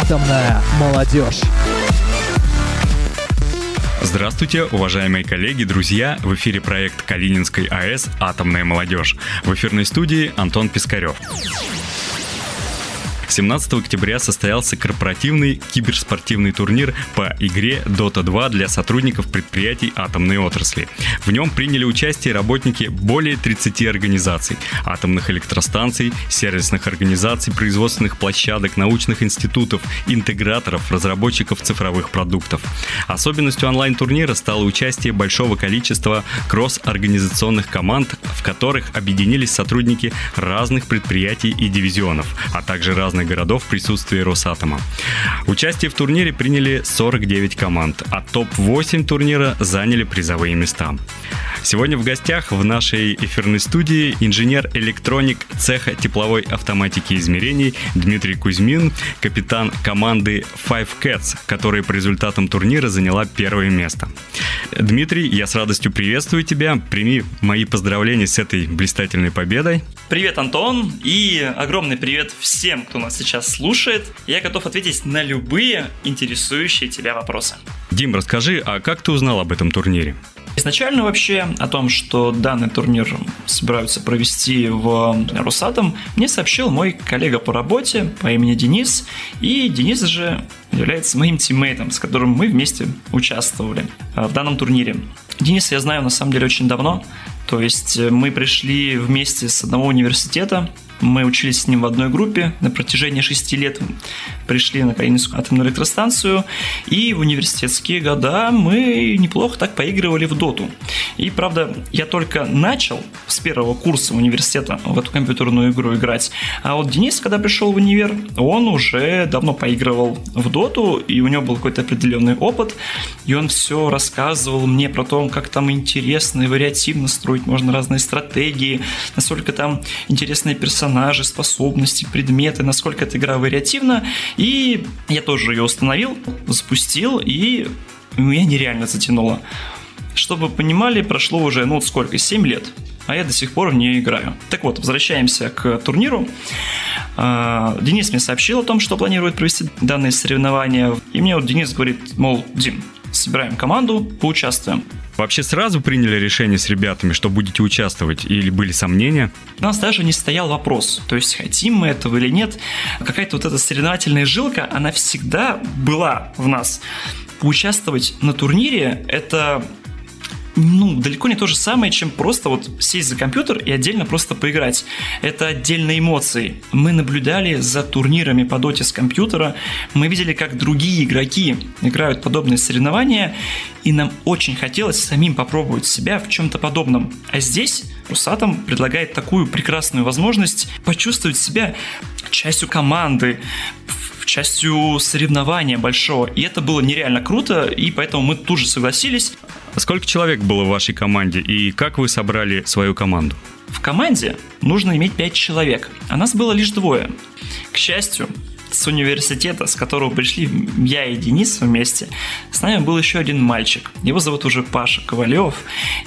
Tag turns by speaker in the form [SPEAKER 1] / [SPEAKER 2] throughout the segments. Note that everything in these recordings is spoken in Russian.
[SPEAKER 1] «Атомная молодежь».
[SPEAKER 2] Здравствуйте, уважаемые коллеги, друзья! В эфире проект Калининской АЭС «Атомная молодежь». В эфирной студии Антон Пискарев. 17 октября состоялся корпоративный киберспортивный турнир по игре Dota 2 для сотрудников предприятий атомной отрасли. В нем приняли участие работники более 30 организаций, атомных электростанций, сервисных организаций, производственных площадок, научных институтов, интеграторов, разработчиков цифровых продуктов. Особенностью онлайн-турнира стало участие большого количества кросс-организационных команд, в которых объединились сотрудники разных предприятий и дивизионов, а также разных городов в присутствии Росатома. Участие в турнире приняли 49 команд, а топ-8 турнира заняли призовые места. Сегодня в гостях в нашей эфирной студии инженер-электроник цеха тепловой автоматики и измерений Дмитрий Кузьмин, капитан команды Five Cats, которая по результатам турнира заняла первое место. Дмитрий, я с радостью приветствую тебя. Прими мои поздравления с этой блистательной победой.
[SPEAKER 3] Привет, Антон, и огромный привет всем, кто нас сейчас слушает. Я готов ответить на любые интересующие тебя вопросы.
[SPEAKER 2] Дим, расскажи, а как ты узнал об этом турнире?
[SPEAKER 3] Изначально вообще о том, что данный турнир собираются провести в Росатом, мне сообщил мой коллега по работе по имени Денис. И Денис же является моим тиммейтом, с которым мы вместе участвовали в данном турнире. Дениса я знаю на самом деле очень давно. То есть мы пришли вместе с одного университета, мы учились с ним в одной группе на протяжении 6 лет, пришли на Калининскую атомную электростанцию, и в университетские года мы неплохо так поигрывали в доту. И, правда, я только начал с первого курса университета в эту компьютерную игру играть, а вот Денис, когда пришел в универ, он уже давно поигрывал в доту, и у него был какой-то определенный опыт, и он все рассказывал мне про то, как там интересно и вариативно строить можно разные стратегии, насколько там интересные персонажи, способности, предметы, насколько эта игра вариативна. И я тоже ее установил, запустил, и меня нереально затянуло. Чтобы вы понимали, прошло уже, 7 лет, а я до сих пор в нее играю. Так вот, возвращаемся к турниру. Денис мне сообщил о том, что планирует провести данные соревнования. И мне вот Денис говорит, мол, Дим, собираем команду, поучаствуем.
[SPEAKER 2] Вообще сразу приняли решение с ребятами, что будете участвовать, или были сомнения?
[SPEAKER 3] У нас даже не стоял вопрос, то есть хотим мы этого или нет. Какая-то вот эта соревновательная жилка, она всегда была в нас. Поучаствовать на турнире – это далеко не то же самое, чем просто вот сесть за компьютер и отдельно просто поиграть. Это отдельные эмоции. Мы наблюдали за турнирами по доте с компьютера, мы видели, как другие игроки играют подобные соревнования, и нам очень хотелось самим попробовать себя в чем-то подобном. А здесь Росатом предлагает такую прекрасную возможность почувствовать себя частью команды, частью соревнования большого. И это было нереально круто, и поэтому мы тут же согласились.
[SPEAKER 2] Сколько человек было в вашей команде, и как вы собрали свою команду?
[SPEAKER 3] В команде нужно иметь 5 человек, а нас было лишь 2. К счастью, с университета, с которого пришли я и Денис вместе, с нами был еще один мальчик. Его зовут уже Паша Ковалев.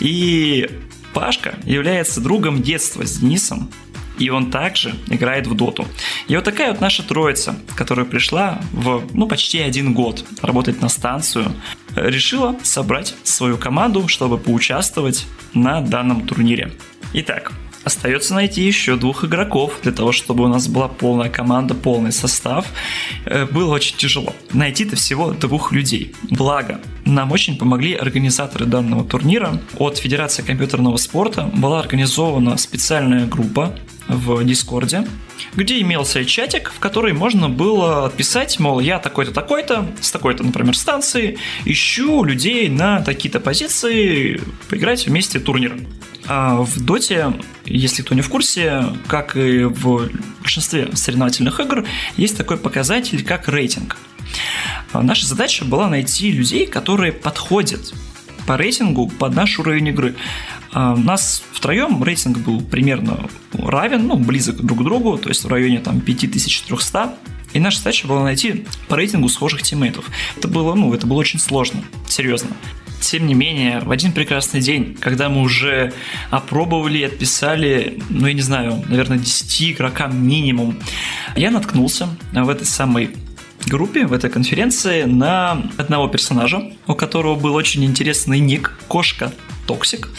[SPEAKER 3] И Пашка является другом детства с Денисом, и он также играет в доту. И вот такая вот наша троица, которая пришла в почти 1 год работать на станцию, решила собрать свою команду, чтобы поучаствовать на данном турнире. Итак, остается найти еще 2 игроков для того, чтобы у нас была полная команда, полный состав. Было очень тяжело. Найти-то всего 2 людей. Благо, нам очень помогли организаторы данного турнира. От Федерации компьютерного спорта была организована специальная группа в Дискорде, где имелся чатик, в который можно было писать, мол, я такой-то, такой-то, с такой-то, например, станции, ищу людей на такие-то позиции, поиграть вместе в турнир. А в доте, если кто не в курсе, как и в большинстве соревновательных игр, есть такой показатель, как рейтинг. Наша задача была найти людей, которые подходят по рейтингу под наш уровень игры. У нас втроем рейтинг был примерно равен, близок друг к другу, то есть в районе 5300. И наша задача была найти по рейтингу схожих тиммейтов. Это было очень сложно, серьезно. Тем не менее, в один прекрасный день, когда мы уже опробовали и отписали, наверное, 10 игрокам минимум, я наткнулся в этой самой группе, в этой конференции, на одного персонажа, у которого был очень интересный ник «Кошка Токсик».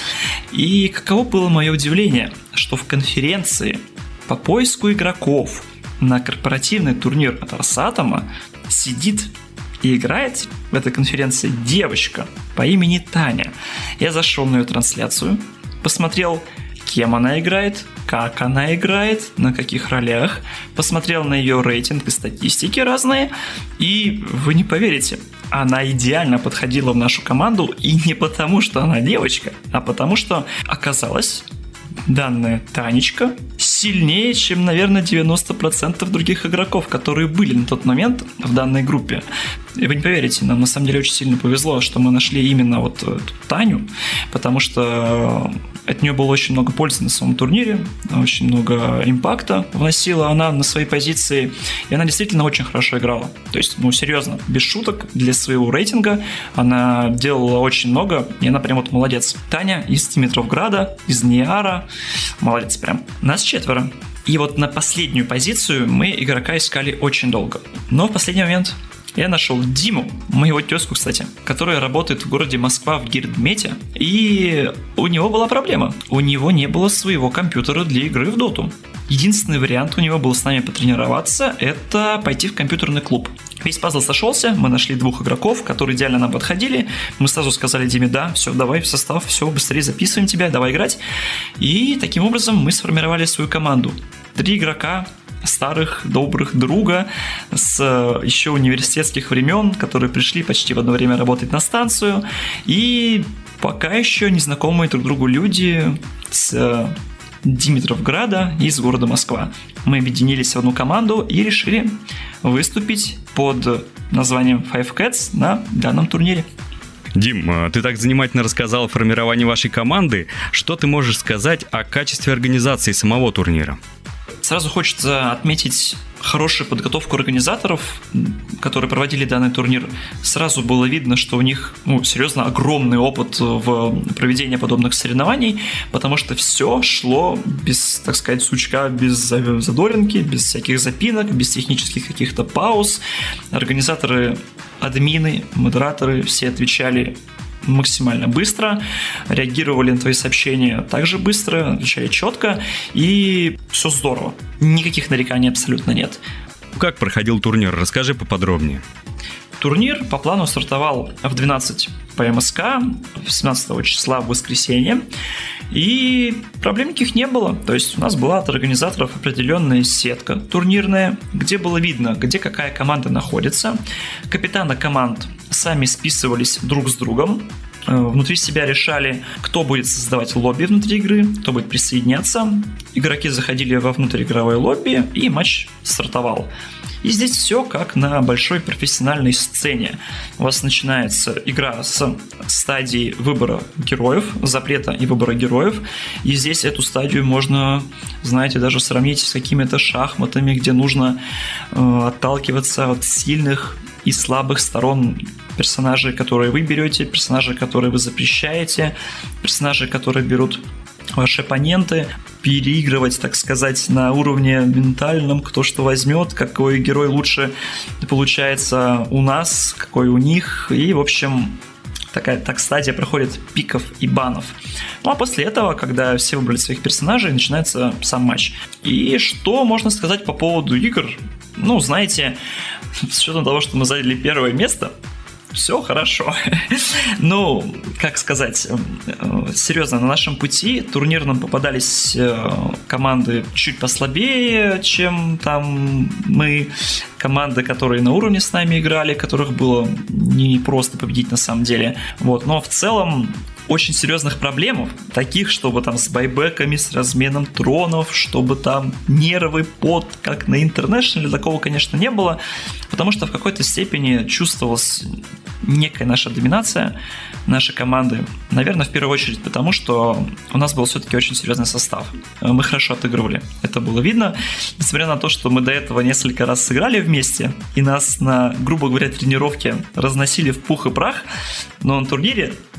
[SPEAKER 3] И каково было мое удивление, что в конференции по поиску игроков на корпоративный турнир от Росатома сидит и играет в этой конференции девочка по имени Таня. Я зашел на ее трансляцию, посмотрел, кем она играет, как она играет, на каких ролях, посмотрел на ее рейтинг и статистики разные, и вы не поверите, она идеально подходила в нашу команду, и не потому, что она девочка, а потому, что оказалось, данная Танечка сильнее, чем, наверное, 90% других игроков, которые были на тот момент в данной группе. И вы не поверите, нам на самом деле очень сильно повезло, что мы нашли именно вот эту Таню, потому что от нее было очень много пользы на самом турнире, очень много импакта вносила она на свои позиции, и она действительно очень хорошо играла. То есть, серьезно, без шуток, для своего рейтинга она делала очень много, и она прям вот молодец. Таня из Димитровграда, из Ниара, молодец прям. Нас 4. И вот на последнюю позицию мы игрока искали очень долго. Но в последний момент я нашел Диму, моего тезку, кстати, который работает в городе Москва в Гирдмете, и у него была проблема. У него не было своего компьютера для игры в доту. Единственный вариант у него был с нами потренироваться – это пойти в компьютерный клуб. Весь пазл сошелся, мы нашли 2 игроков, которые идеально нам подходили. Мы сразу сказали Диме: да, все, давай в состав, все, быстрее записываем тебя, давай играть. И таким образом мы сформировали свою команду. 3 игрока, старых, добрых друга с еще университетских времен, которые пришли почти в одно время работать на станцию, и пока еще незнакомые друг другу люди с Димитровграда и из города Москва. Мы объединились в одну команду и решили выступить под названием Five Cats на данном турнире.
[SPEAKER 2] Дим, ты так занимательно рассказал о формировании вашей команды. Что ты можешь сказать о качестве организации самого турнира?
[SPEAKER 3] Сразу хочется отметить хорошую подготовку организаторов, которые проводили данный турнир. Сразу было видно, что у них серьезно огромный опыт в проведении подобных соревнований, потому что все шло без, так сказать, сучка, без задоринки, без всяких запинок, без технических каких-то пауз. Организаторы, админы, модераторы все отвечали максимально быстро, реагировали на твои сообщения также быстро, отвечали четко, и все здорово. Никаких нареканий абсолютно нет.
[SPEAKER 2] Как проходил турнир? Расскажи поподробнее.
[SPEAKER 3] Турнир по плану стартовал в 12 по МСК, 17 числа в воскресенье, и проблем никаких не было. То есть у нас была от организаторов определенная сетка турнирная, где было видно, где какая команда находится. Капитаны команд сами списывались друг с другом, внутри себя решали, кто будет создавать лобби внутри игры, кто будет присоединяться. Игроки заходили во внутриигровое лобби, и матч стартовал. И здесь все как на большой профессиональной сцене. У вас начинается игра с стадии выбора героев, запрета и выбора героев. И здесь эту стадию можно, знаете, даже сравнить с какими-то шахматами, где нужно отталкиваться от сильных и слабых сторон персонажей, которые вы берете, персонажей, которые вы запрещаете, персонажей, которые берут ваши оппоненты, переигрывать, так сказать, на уровне ментальном, кто что возьмет, какой герой лучше получается у нас, какой у них, и, в общем, такая стадия проходит пиков и банов. Ну а после этого, когда все выбрали своих персонажей, начинается сам матч. И что можно сказать по поводу игр? Ну, знаете, с учетом того, что мы заняли первое место, все хорошо. Ну, как сказать, серьезно, на нашем пути турнирном попадались команды чуть послабее, чем там мы, команды, которые на уровне с нами играли, которых было не просто победить на самом деле. Вот, но в целом очень серьезных проблем, таких, чтобы там с байбеками, с разменом тронов, чтобы там нервы, пот, как на International, такого, конечно, не было, потому что в какой-то степени чувствовалась некая наша доминация нашей команды. Наверное, в первую очередь потому, что у нас был все-таки очень серьезный состав. Мы хорошо отыгрывали. Это было видно. Несмотря на то, что мы до этого несколько раз сыграли вместе, и нас на, грубо говоря, тренировке разносили в пух и прах, но на турнире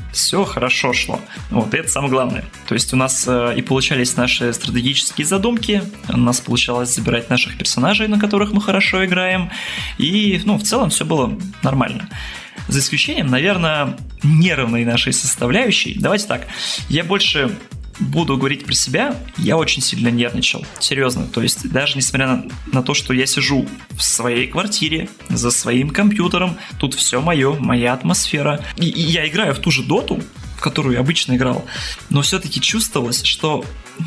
[SPEAKER 3] все хорошо шло. Вот, и это самое главное. То есть у нас и получались наши стратегические задумки, у нас получалось забирать наших персонажей, на которых мы хорошо играем, и, в целом все было нормально. За исключением, наверное, нервной нашей составляющей. Давайте так, я больше буду говорить про себя, я очень сильно нервничал, серьезно, то есть даже несмотря на то, что я сижу в своей квартире, за своим компьютером, тут все мое, моя атмосфера, и я играю в ту же доту, в которую я обычно играл, но все-таки чувствовалось, что,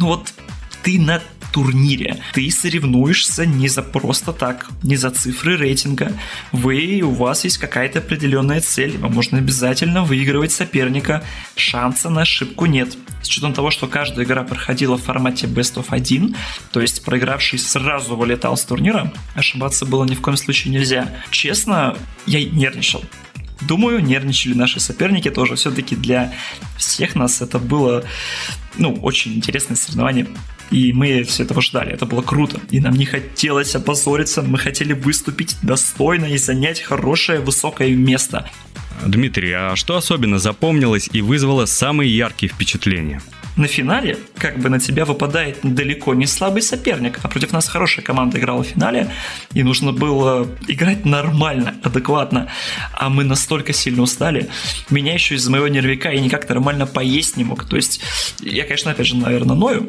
[SPEAKER 3] ты на турнире, ты соревнуешься не за просто так, не за цифры рейтинга, у вас есть какая-то определенная цель, вам нужно обязательно выигрывать соперника, шанса на ошибку нет. С учетом того, что каждая игра проходила в формате Best of 1, то есть проигравший сразу вылетал с турнира, ошибаться было ни в коем случае нельзя. Честно, я нервничал. Думаю, нервничали наши соперники тоже. Все-таки для всех нас это было, очень интересное соревнование. И мы все этого ждали, это было круто. И нам не хотелось опозориться, мы хотели выступить достойно и занять хорошее, высокое место.
[SPEAKER 2] Дмитрий, а что особенно запомнилось и вызвало самые яркие впечатления?
[SPEAKER 3] На финале на тебя выпадает далеко не слабый соперник, а против нас хорошая команда играла в финале, и нужно было играть нормально, адекватно, а мы настолько сильно устали. Меня еще из-за моего нервяка я никак нормально поесть не мог, то есть я, конечно, опять же, наверное, ною,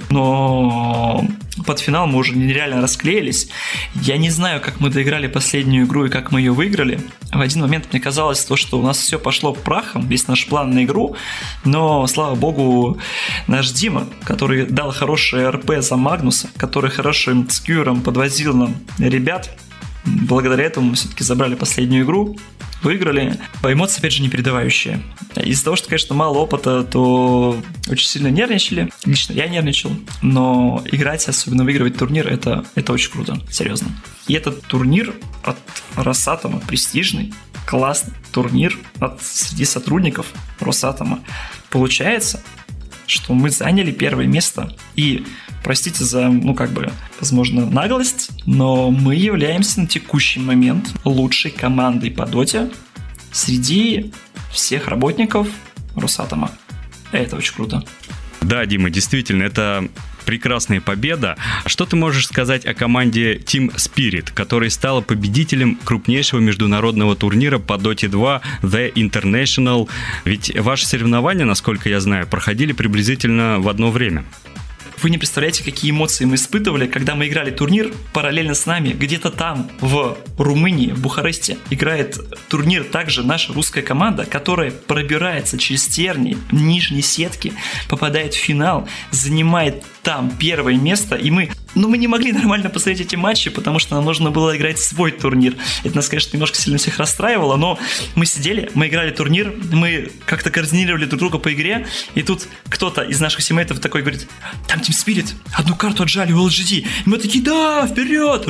[SPEAKER 3] но под финал мы уже нереально расклеились. Я не знаю, как мы доиграли последнюю игру и как мы ее выиграли. В один момент мне казалось, что у нас все пошло прахом, весь наш план на игру, но, слава богу, наш Дима, который дал хорошее РП за Магнуса, который хорошим скьюером подвозил нам ребят, благодаря этому мы все-таки забрали последнюю игру, выиграли. По эмоции, опять же, непередавающие. Из-за того, что, конечно, мало опыта, то очень сильно нервничали. Лично я нервничал, но играть, особенно выигрывать турнир, это очень круто, серьезно. И этот турнир от Росатома, престижный, классный турнир среди сотрудников Росатома. Получается, что мы заняли первое место. И, простите за, возможно, наглость, но мы являемся на текущий момент лучшей командой по доте среди всех работников Росатома. Это очень круто.
[SPEAKER 2] Да, Дима, действительно, это прекрасная победа. Что ты можешь сказать о команде Team Spirit, которая стала победителем крупнейшего международного турнира по Dota 2 The International? Ведь ваши соревнования, насколько я знаю, проходили приблизительно в одно время.
[SPEAKER 3] Вы не представляете, какие эмоции мы испытывали, когда мы играли турнир. Параллельно с нами, где-то там, в Румынии, в Бухаресте, играет турнир также наша русская команда, которая пробирается через тернии нижней сетки, попадает в финал, занимает там первое место, и мы не могли нормально посмотреть эти матчи, потому что нам нужно было играть свой турнир. Это нас, конечно, немножко сильно всех расстраивало, но мы сидели, мы играли турнир, мы как-то координировали друг друга по игре, и тут кто-то из наших тиммейтов такой говорит: там Team Spirit, одну карту отжали у LGD. И мы такие: да, вперед,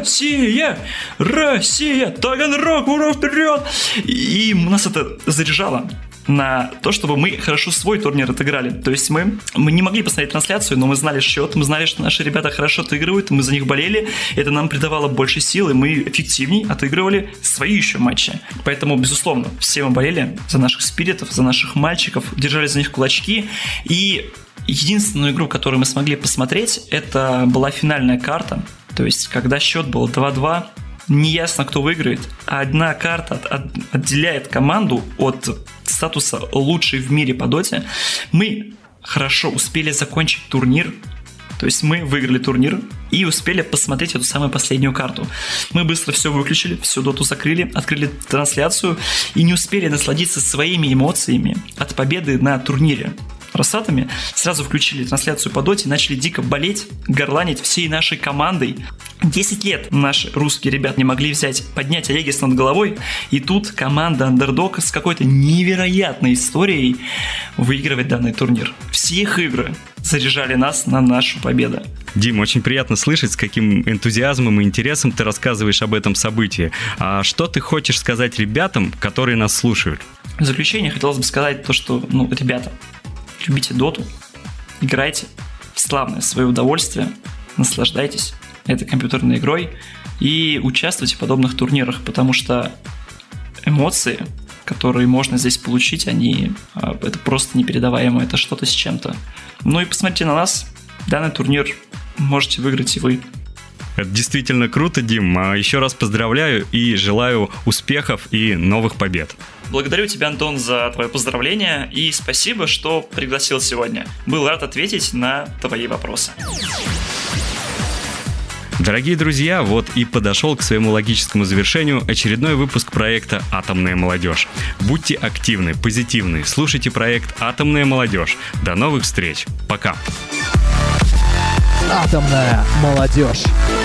[SPEAKER 3] Россия, Таганрог, ура, вперед! И нас это заряжало на то, чтобы мы хорошо свой турнир отыграли. То есть мы не могли посмотреть трансляцию, но мы знали счет, мы знали, что наши ребята хорошо отыгрывают, мы за них болели, это нам придавало больше сил, и мы эффективнее отыгрывали свои еще матчи. Поэтому, безусловно, все мы болели за наших спиритов, за наших мальчиков, держали за них кулачки, и единственную игру, которую мы смогли посмотреть, это была финальная карта, то есть когда счет был 2-2, неясно, кто выиграет, а одна карта отделяет команду от статуса лучшей в мире по доте. Мы хорошо успели закончить турнир, то есть мы выиграли турнир и успели посмотреть эту самую последнюю карту. Мы быстро все выключили, всю доту закрыли, открыли трансляцию и не успели насладиться своими эмоциями от победы на турнире Росатоме, сразу включили трансляцию по доте, начали дико болеть, горланить всей нашей командой. 10 лет наши русские ребята не могли поднять Аегис над головой, и тут команда Underdog с какой-то невероятной историей выигрывает данный турнир. Все их игры заряжали нас на нашу победу.
[SPEAKER 2] Дим, очень приятно слышать, с каким энтузиазмом и интересом ты рассказываешь об этом событии. А что ты хочешь сказать ребятам, которые нас слушают?
[SPEAKER 3] В заключение хотелось бы сказать то, что, ребята, любите доту, играйте в славное свое удовольствие, наслаждайтесь этой компьютерной игрой и участвуйте в подобных турнирах, потому что эмоции которые можно здесь получить, это просто непередаваемо, это что-то с чем-то. Ну и посмотрите на нас, данный турнир можете выиграть и вы.
[SPEAKER 2] Это действительно круто, Дим. Еще раз поздравляю и желаю успехов и новых побед.
[SPEAKER 3] Благодарю тебя, Антон, за твое поздравление и спасибо, что пригласил сегодня. Был рад ответить на твои вопросы.
[SPEAKER 2] Дорогие друзья, вот и подошел к своему логическому завершению очередной выпуск проекта «Атомная молодежь». Будьте активны, позитивны, слушайте проект «Атомная молодежь». До новых встреч. Пока.
[SPEAKER 1] Атомная молодежь.